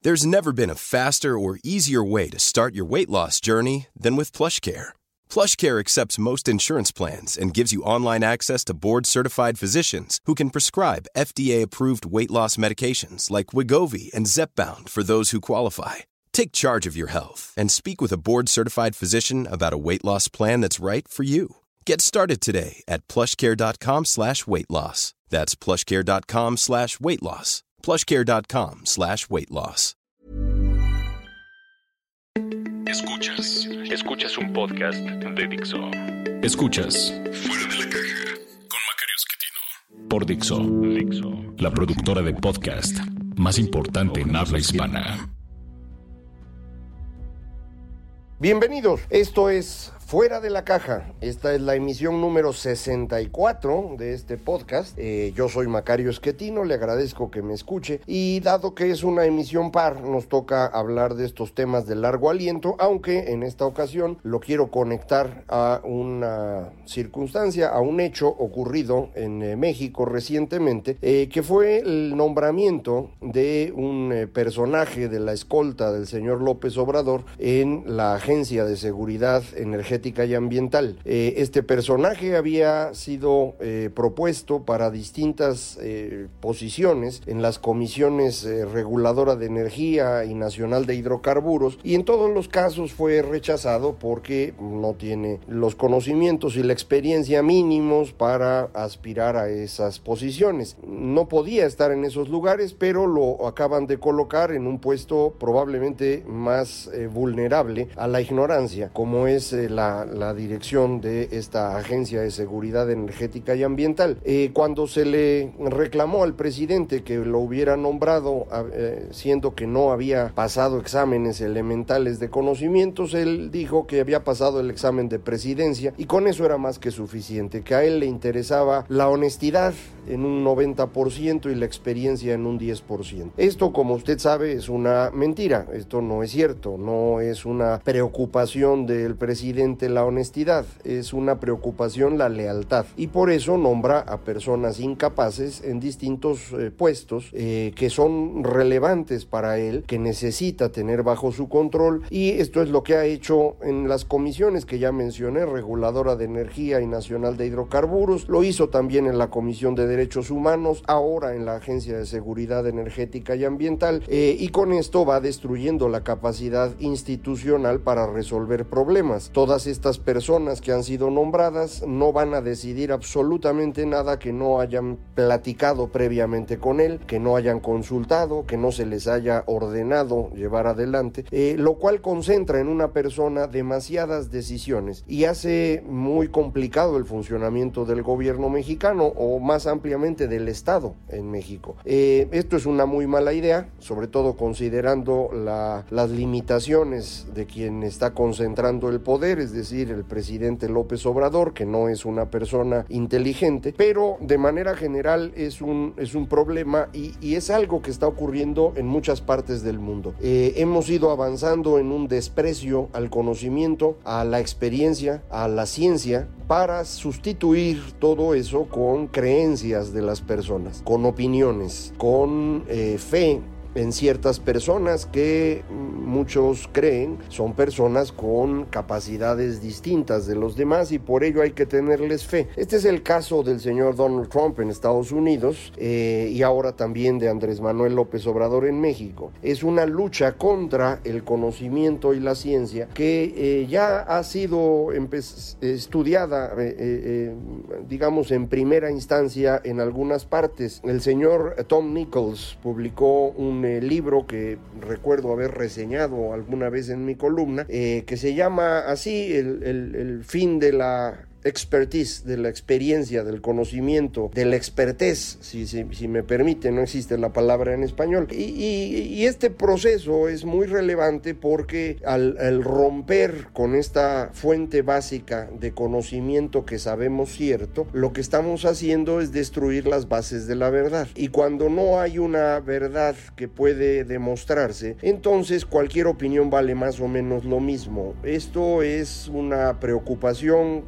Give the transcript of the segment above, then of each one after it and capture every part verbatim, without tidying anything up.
There's never been a faster or easier way to start your weight loss journey than with PlushCare. PlushCare accepts most insurance plans and gives you online access to board-certified physicians who can prescribe F D A-approved weight loss medications like Wegovy and Zepbound for those who qualify. Take charge of your health and speak with a board-certified physician about a weight loss plan that's right for you. Get started today at plushcare.com slash weight loss. That's plushcare.com slash weight loss. plushcare.com slash weight loss. Escuchas, escuchas un podcast de Dixo. Escuchas Fuera de la Caja con Macario Esquetino por Dixo, Dixo, la productora de podcast más importante en habla hispana. Bienvenidos, esto es Fuera de la Caja. Esta es la emisión número sesenta y cuatro de este podcast. Eh, yo soy Macario Esquetino, le agradezco que me escuche. Y dado que es una emisión par, nos toca hablar de estos temas de largo aliento, aunque en esta ocasión lo quiero conectar a una circunstancia, a un hecho ocurrido en eh, México recientemente, eh, que fue el nombramiento de un eh, personaje de la escolta del señor López Obrador en la Agencia de Seguridad Energética y Ambiental. Eh, este personaje había sido eh, propuesto para distintas eh, posiciones en las comisiones eh, reguladora de energía y nacional de hidrocarburos, y en todos los casos fue rechazado porque no tiene los conocimientos y la experiencia mínimos para aspirar a esas posiciones. No podía estar en esos lugares, pero lo acaban de colocar en un puesto probablemente más eh, vulnerable a la ignorancia, como es eh, la la dirección de esta Agencia de Seguridad Energética y Ambiental. Eh, cuando se le reclamó al presidente que lo hubiera nombrado, eh, siendo que no había pasado exámenes elementales de conocimientos, él dijo que había pasado el examen de presidencia y con eso era más que suficiente, que a él le interesaba la honestidad en un noventa por ciento y la experiencia en un diez por ciento. Esto, como usted sabe, es una mentira. Esto no es cierto, no es una preocupación del presidente la honestidad, es una preocupación la lealtad, y por eso nombra a personas incapaces en distintos eh, puestos eh, que son relevantes para él, que necesita tener bajo su control, y esto es lo que ha hecho en las comisiones que ya mencioné, reguladora de energía y nacional de hidrocarburos, lo hizo también en la Comisión de Derechos Humanos, ahora en la Agencia de Seguridad Energética y Ambiental, eh, y con esto va destruyendo la capacidad institucional para resolver problemas. Todas estas personas que han sido nombradas no van a decidir absolutamente nada que no hayan platicado previamente con él, que no hayan consultado, que no se les haya ordenado llevar adelante, eh, lo cual concentra en una persona demasiadas decisiones y hace muy complicado el funcionamiento del gobierno mexicano, o más ampliamente del Estado en México. Eh, esto es una muy mala idea, sobre todo considerando la, las limitaciones de quien está concentrando el poder, es decir, el presidente López Obrador, que no es una persona inteligente, pero de manera general es un, es un problema y, y es algo que está ocurriendo en muchas partes del mundo. Eh, hemos ido avanzando en un desprecio al conocimiento, a la experiencia, a la ciencia, para sustituir todo eso con creencias de las personas, con opiniones, con eh, fe en ciertas personas que muchos creen son personas con capacidades distintas de los demás y por ello hay que tenerles fe. Este es el caso del señor Donald Trump en Estados Unidos eh, y ahora también de Andrés Manuel López Obrador en México. Es una lucha contra el conocimiento y la ciencia que eh, ya ha sido empe- estudiada eh, eh, digamos en primera instancia en algunas partes. El señor Tom Nichols publicó un eh, libro que recuerdo haber reseñado alguna vez en mi columna, eh, que se llama así, el, el, el fin de la expertise, de la experiencia, del conocimiento, de la expertez, si, si, si me permite, no existe la palabra en español. Y, y, y este proceso es muy relevante porque al, al romper con esta fuente básica de conocimiento que sabemos cierto, lo que estamos haciendo es destruir las bases de la verdad. Y cuando no hay una verdad que puede demostrarse, entonces cualquier opinión vale más o menos lo mismo. Esto es una preocupación que existe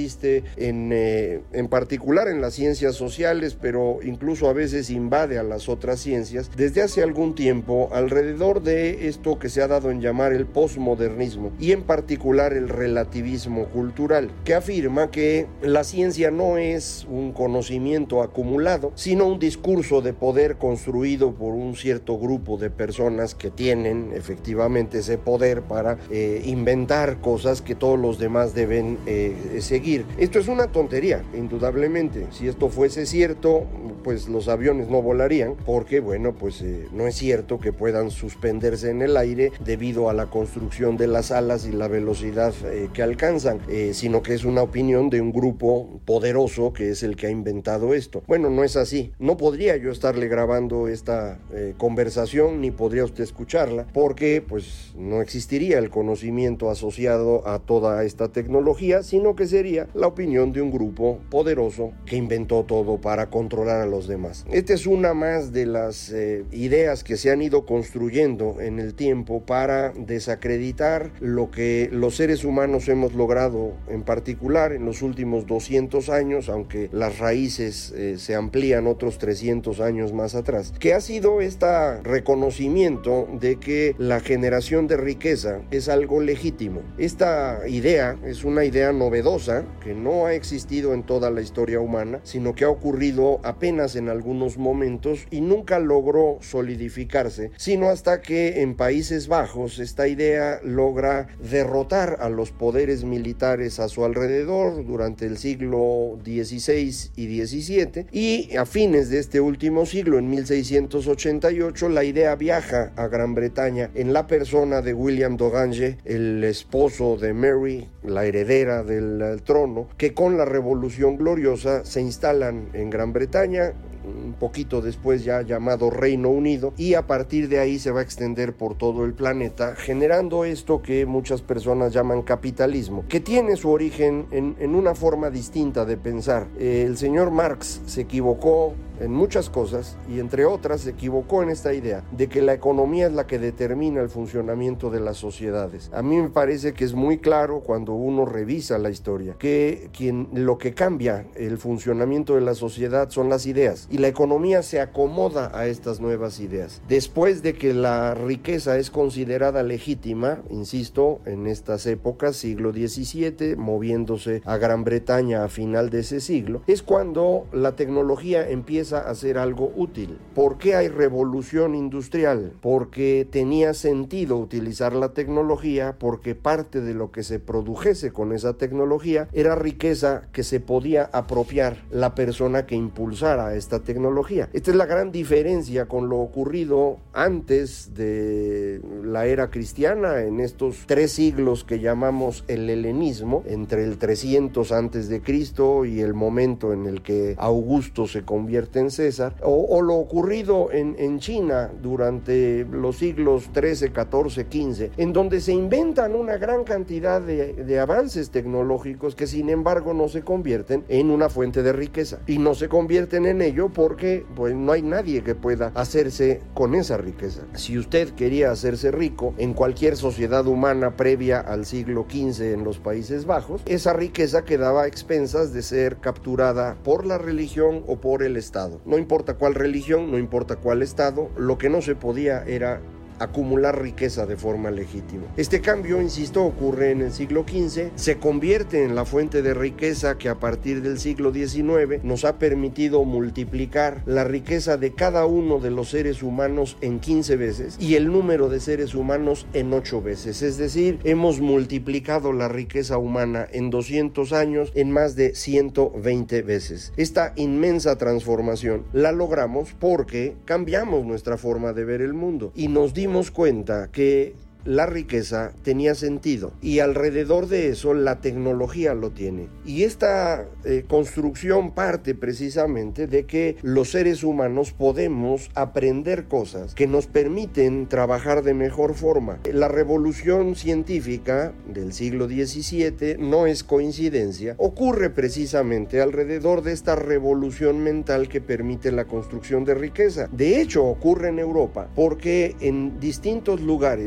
existe en, eh, en particular en las ciencias sociales, pero incluso a veces invade a las otras ciencias, desde hace algún tiempo alrededor de esto que se ha dado en llamar el posmodernismo y en particular el relativismo cultural, que afirma que la ciencia no es un conocimiento acumulado, sino un discurso de poder construido por un cierto grupo de personas que tienen efectivamente ese poder para eh, inventar cosas que todos los demás deben eh, seguir. Esto es una tontería, indudablemente. Si esto fuese cierto, pues los aviones no volarían, porque bueno, pues eh, no es cierto que puedan suspenderse en el aire debido a la construcción de las alas y la velocidad eh, que alcanzan, eh, sino que es una opinión de un grupo poderoso que es el que ha inventado esto. Bueno, no es así. No podría yo estarle grabando esta eh, conversación, ni podría usted escucharla, porque pues no existiría el conocimiento asociado a toda esta tecnología, sino que sería la opinión de un grupo poderoso que inventó todo para controlar a los demás. Esta es una más de las eh, ideas que se han ido construyendo en el tiempo para desacreditar lo que los seres humanos hemos logrado, en particular en los últimos doscientos años, aunque las raíces eh, se amplían otros trescientos años más atrás, que ha sido este reconocimiento de que la generación de riqueza es algo legítimo. Esta idea es una idea novedosa que no ha existido en toda la historia humana, sino que ha ocurrido apenas en algunos momentos y nunca logró solidificarse, sino hasta que en Países Bajos esta idea logra derrotar a los poderes militares a su alrededor durante el siglo dieciséis y diecisiete, y a fines de este último siglo, en mil seiscientos ochenta y ocho, la idea viaja a Gran Bretaña en la persona de William Dogange, el esposo de Mary, la heredera del trono, que con la Revolución Gloriosa se instalan en Gran Bretaña, un poquito después ya llamado Reino Unido, y a partir de ahí se va a extender por todo el planeta, generando esto que muchas personas llaman capitalismo, que tiene su origen en, en una forma distinta de pensar. Eh, el señor Marx se equivocó en muchas cosas, y entre otras se equivocó en esta idea de que la economía es la que determina el funcionamiento de las sociedades. A mí me parece que es muy claro cuando uno revisa la historia que quien, lo que cambia el funcionamiento de la sociedad son las ideas, y la economía se acomoda a estas nuevas ideas. Después de que la riqueza es considerada legítima, insisto, en estas épocas, siglo diecisiete, moviéndose a Gran Bretaña a final de ese siglo, es cuando la tecnología empieza a hacer algo útil. ¿Por qué hay revolución industrial? Porque tenía sentido utilizar la tecnología, porque parte de lo que se produjese con esa tecnología era riqueza que se podía apropiar la persona que impulsara esta tecnología. Esta es la gran diferencia con lo ocurrido antes de la era cristiana, en estos tres siglos que llamamos el helenismo, entre el trescientos antes de Cristo y el momento en el que Augusto se convierte en César, o, o lo ocurrido en, en China durante los siglos trece, catorce, quince, en donde se inventan una gran cantidad de, de avances tecnológicos que sin embargo no se convierten en una fuente de riqueza, y no se convierten en ello porque pues no hay nadie que pueda hacerse con esa riqueza. Si usted quería hacerse rico en cualquier sociedad humana previa al siglo quince en los Países Bajos, esa riqueza quedaba a expensas de ser capturada por la religión o por el Estado. No importa cuál religión, no importa cuál Estado, lo que no se podía era acumular riqueza de forma legítima. Este cambio, insisto, ocurre en el siglo quince, se convierte en la fuente de riqueza que a partir del siglo diecinueve nos ha permitido multiplicar la riqueza de cada uno de los seres humanos en quince veces y el número de seres humanos en ocho veces. Es decir, hemos multiplicado la riqueza humana en doscientos años en más de ciento veinte veces. Esta inmensa transformación la logramos porque cambiamos nuestra forma de ver el mundo y nos dimos cuenta que la riqueza tenía sentido, y alrededor de eso la tecnología lo tiene. Y esta eh, construcción parte precisamente de que los seres humanos podemos aprender cosas que nos permiten trabajar de mejor forma. La revolución científica del siglo diecisiete no es coincidencia, ocurre precisamente alrededor de esta revolución mental que permite la construcción de riqueza. De hecho, ocurre en Europa porque en distintos lugares de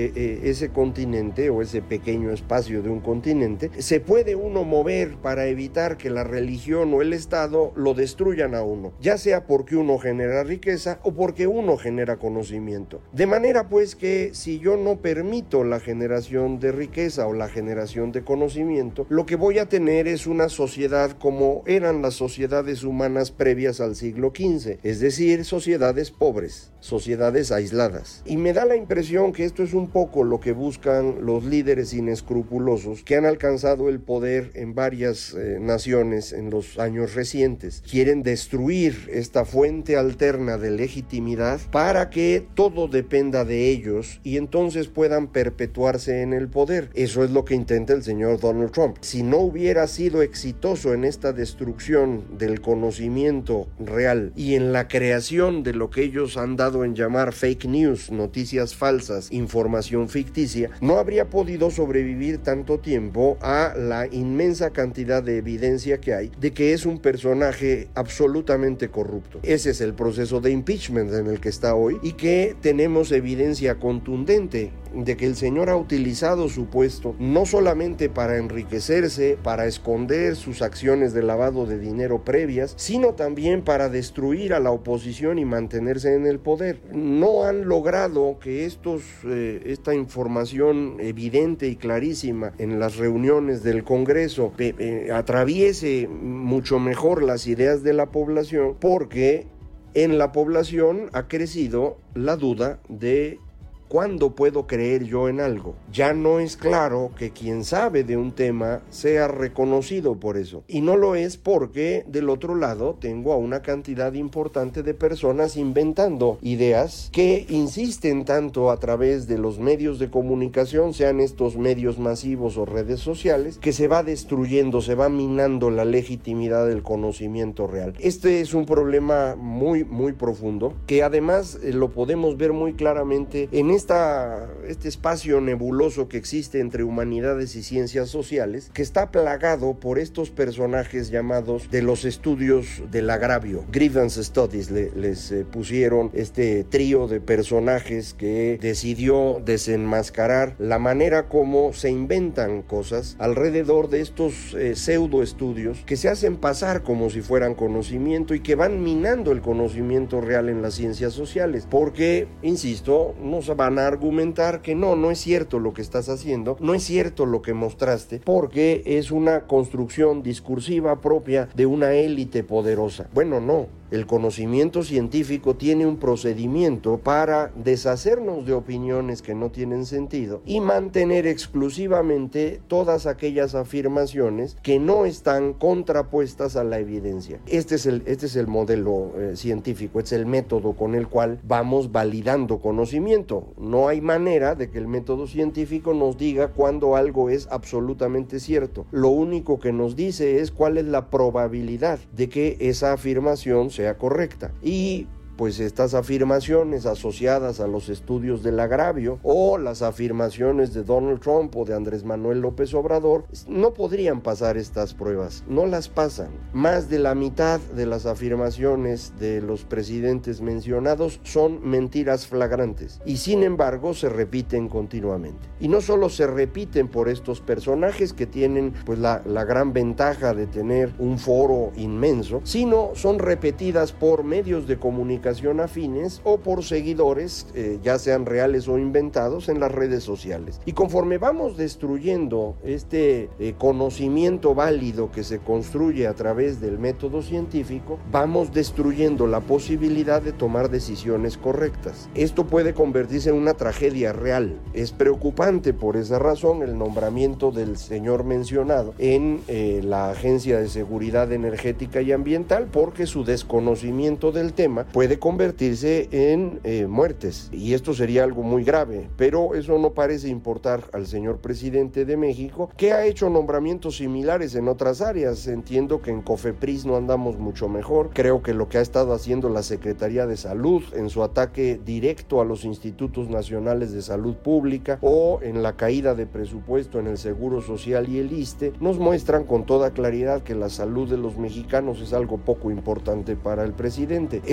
sobre eh, ese continente o ese pequeño espacio de un continente, se puede uno mover para evitar que la religión o el Estado lo destruyan a uno, ya sea porque uno genera riqueza o porque uno genera conocimiento. De manera pues que si yo no permito la generación de riqueza o la generación de conocimiento, lo que voy a tener es una sociedad como eran las sociedades humanas previas al siglo quince, es decir, sociedades pobres, sociedades aisladas. Y me da la impresión que esto es un poco lo que buscan los líderes inescrupulosos que han alcanzado el poder en varias eh, naciones en los años recientes. Quieren destruir esta fuente alterna de legitimidad para que todo dependa de ellos y entonces puedan perpetuarse en el poder. Eso es lo que intenta el señor Donald Trump. Si no hubiera sido exitoso en esta destrucción del conocimiento real y en la creación de lo que ellos han dado en llamar fake news, noticias falsas, información ficticia, no habría podido sobrevivir tanto tiempo a la inmensa cantidad de evidencia que hay de que es un personaje absolutamente corrupto. Ese es el proceso de impeachment en el que está hoy y que tenemos evidencia contundente de que el señor ha utilizado su puesto no solamente para enriquecerse, para esconder sus acciones de lavado de dinero previas, sino también para destruir a la oposición y mantenerse en el poder. No han logrado que estos, eh, esta información evidente y clarísima en las reuniones del Congreso eh, eh, atraviese mucho mejor las ideas de la población, porque en la población ha crecido la duda de ¿cuándo puedo creer yo en algo? Ya no es claro que quien sabe de un tema sea reconocido por eso. Y no lo es porque del otro lado tengo a una cantidad importante de personas inventando ideas que insisten tanto a través de los medios de comunicación, sean estos medios masivos o redes sociales, que se va destruyendo, se va minando la legitimidad del conocimiento real. Este es un problema muy, muy profundo, que además eh, lo podemos ver muy claramente en este Esta, este espacio nebuloso que existe entre humanidades y ciencias sociales, que está plagado por estos personajes llamados de los estudios del agravio. Grievance Studies le, les eh, pusieron este trío de personajes que decidió desenmascarar la manera como se inventan cosas alrededor de estos eh, pseudo estudios que se hacen pasar como si fueran conocimiento y que van minando el conocimiento real en las ciencias sociales, porque, insisto, no se van a argumentar que no, no es cierto lo que estás haciendo, no es cierto lo que mostraste, porque es una construcción discursiva propia de una élite poderosa. Bueno, no. El conocimiento científico tiene un procedimiento para deshacernos de opiniones que no tienen sentido y mantener exclusivamente todas aquellas afirmaciones que no están contrapuestas a la evidencia. Este es el, este es el modelo eh, científico, este es el método con el cual vamos validando conocimiento. No hay manera de que el método científico nos diga cuándo algo es absolutamente cierto. Lo único que nos dice es cuál es la probabilidad de que esa afirmación sea correcta. Y pues estas afirmaciones asociadas a los estudios del agravio o las afirmaciones de Donald Trump o de Andrés Manuel López Obrador no podrían pasar estas pruebas, no las pasan. Más de la mitad de las afirmaciones de los presidentes mencionados son mentiras flagrantes y sin embargo se repiten continuamente. Y no solo se repiten por estos personajes que tienen pues la, la gran ventaja de tener un foro inmenso, sino son repetidas por medios de comunicación afines o por seguidores, eh, ya sean reales o inventados, en las redes sociales. Y conforme vamos destruyendo este eh, conocimiento válido que se construye a través del método científico, vamos destruyendo la posibilidad de tomar decisiones correctas. Esto puede convertirse en una tragedia real. Es preocupante por esa razón el nombramiento del señor mencionado en eh, la Agencia de Seguridad Energética y Ambiental, porque su desconocimiento del tema puede convertirse en eh, muertes, y esto sería algo muy grave, pero eso no parece importar al señor presidente de México, que ha hecho nombramientos similares en otras áreas. Entiendo que en COFEPRIS no andamos mucho mejor. Creo que lo que ha estado haciendo la Secretaría de Salud en su ataque directo a los institutos nacionales de salud pública o en la caída de presupuesto en el Seguro Social y el ISSSTE nos muestran con toda claridad que la salud de los mexicanos es algo poco importante para el presidente. El conocimiento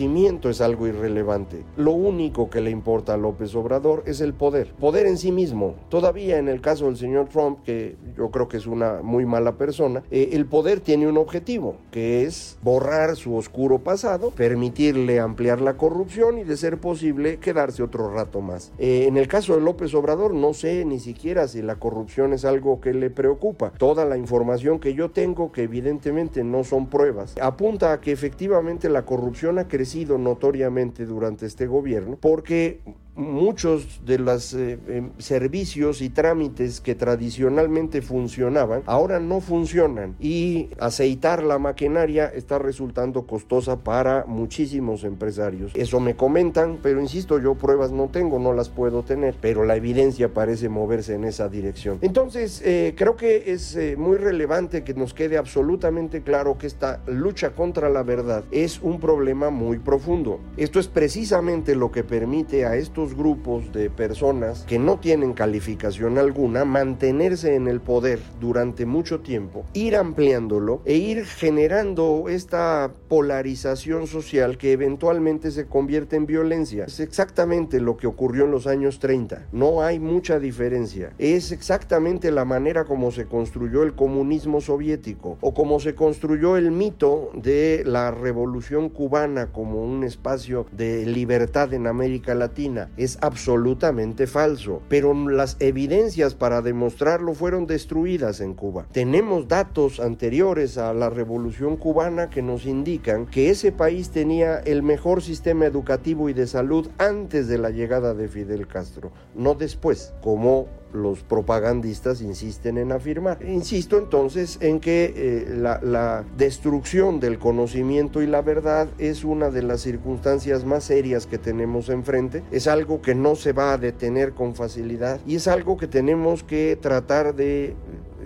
conocimiento es algo irrelevante. Lo único que le importa a López Obrador es el poder. Poder en sí mismo. Todavía en el caso del señor Trump, que yo creo que es una muy mala persona, eh, el poder tiene un objetivo, que es borrar su oscuro pasado, permitirle ampliar la corrupción y, de ser posible, quedarse otro rato más. Eh, en el caso de López Obrador, no sé ni siquiera si la corrupción es algo que le preocupa. Toda la información que yo tengo, que evidentemente no son pruebas, apunta a que efectivamente la corrupción ha crecido notoriamente durante este gobierno, porque muchos de los eh, eh, servicios y trámites que tradicionalmente funcionaban ahora no funcionan, y aceitar la maquinaria está resultando costosa para muchísimos empresarios. Eso me comentan, pero insisto, yo pruebas no tengo, no las puedo tener, pero la evidencia parece moverse en esa dirección. Entonces eh, creo que es eh, muy relevante que nos quede absolutamente claro que esta lucha contra la verdad es un problema muy profundo. Esto es precisamente lo que permite a estos grupos de personas que no tienen calificación alguna mantenerse en el poder durante mucho tiempo, ir ampliándolo e ir generando esta polarización social que eventualmente se convierte en violencia. Es exactamente lo que ocurrió en los años treinta. No hay mucha diferencia. Es exactamente la manera como se construyó el comunismo soviético, o como se construyó el mito de la revolución cubana como un espacio de libertad en América Latina. Es absolutamente falso, pero las evidencias para demostrarlo fueron destruidas en Cuba. Tenemos datos anteriores a la revolución cubana que nos indican que ese país tenía el mejor sistema educativo y de salud antes de la llegada de Fidel Castro, no después, como los propagandistas insisten en afirmar. Insisto entonces en que eh, la, la destrucción del conocimiento y la verdad es una de las circunstancias más serias que tenemos enfrente. Es algo que no se va a detener con facilidad, y es algo que tenemos que tratar de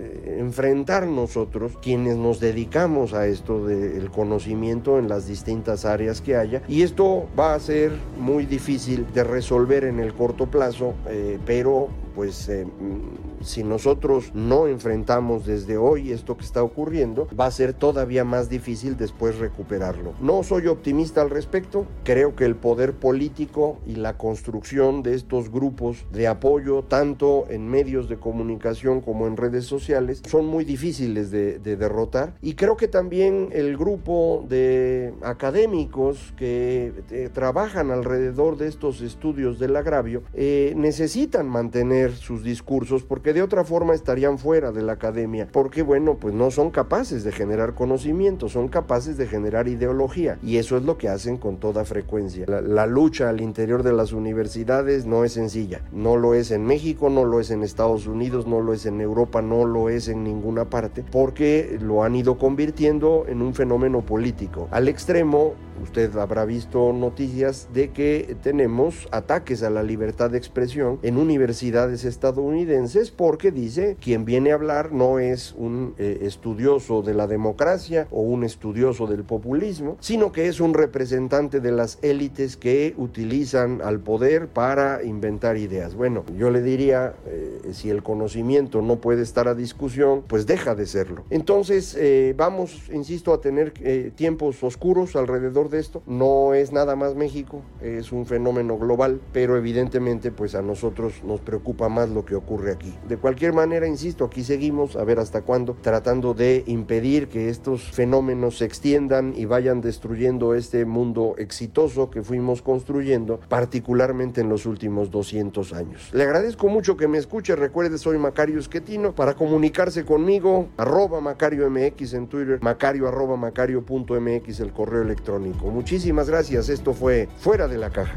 enfrentar nosotros, quienes nos dedicamos a esto del conocimiento en las distintas áreas que haya, y esto va a ser muy difícil de resolver en el corto plazo, eh, pero pues eh, si nosotros no enfrentamos desde hoy esto que está ocurriendo, va a ser todavía más difícil después recuperarlo. No soy optimista al respecto. Creo que el poder político y la construcción de estos grupos de apoyo, tanto en medios de comunicación como en redes sociales, son muy difíciles de, de derrotar, y creo que también el grupo de académicos que eh, trabajan alrededor de estos estudios del agravio eh, necesitan mantener sus discursos, porque de otra forma estarían fuera de la academia, porque bueno, pues no son capaces de generar conocimiento, son capaces de generar ideología, y eso es lo que hacen con toda frecuencia. La, la lucha al interior de las universidades no es sencilla, no lo es en México, no lo es en Estados Unidos, no lo es en Europa, no lo es en ninguna parte, porque lo han ido convirtiendo en un fenómeno político al extremo. Usted habrá visto noticias de que tenemos ataques a la libertad de expresión en universidades estadounidenses, porque dice quien viene a hablar no es un eh, estudioso de la democracia o un estudioso del populismo, sino que es un representante de las élites que utilizan al poder para inventar ideas. Bueno, yo le diría, eh, si el conocimiento no puede estar a discusión, pues deja de serlo. Entonces eh, vamos, insisto, a tener eh, tiempos oscuros alrededor de esto. No es nada más México, es un fenómeno global, pero evidentemente pues a nosotros nos preocupa más lo que ocurre aquí. De cualquier manera, insisto, aquí seguimos a ver hasta cuándo, tratando de impedir que estos fenómenos se extiendan y vayan destruyendo este mundo exitoso que fuimos construyendo, particularmente en los últimos doscientos años. Le agradezco mucho que me escuche. Recuerde, soy Macario Schettino. Para comunicarse conmigo, arroba Macario M X en Twitter, macario arroba macario punto m x el correo electrónico. Muchísimas gracias. Esto fue Fuera de la Caja.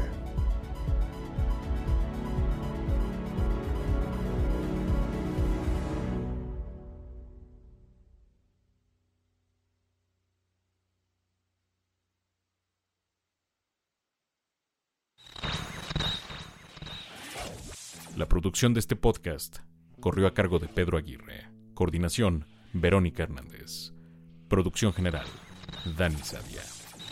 La producción de este podcast corrió a cargo de Pedro Aguirre. Coordinación, Verónica Hernández. Producción general, Dani Sadia.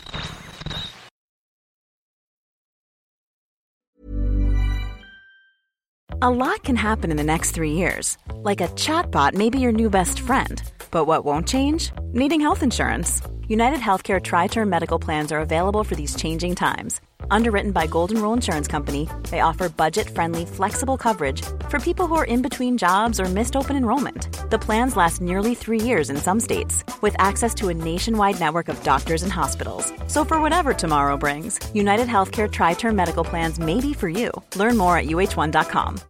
A lot can happen in the next three years. Like a chatbot may be your new best friend. But what won't change? Needing health insurance. United Healthcare Tri-Term Medical Plans are available for these changing times. Underwritten by Golden Rule Insurance Company, they offer budget-friendly, flexible coverage for people who are in between jobs or missed open enrollment. The plans last nearly three years in some states, with access to a nationwide network of doctors and hospitals. So for whatever tomorrow brings, United Healthcare Tri-Term Medical Plans may be for you. Learn more at U H one dot com.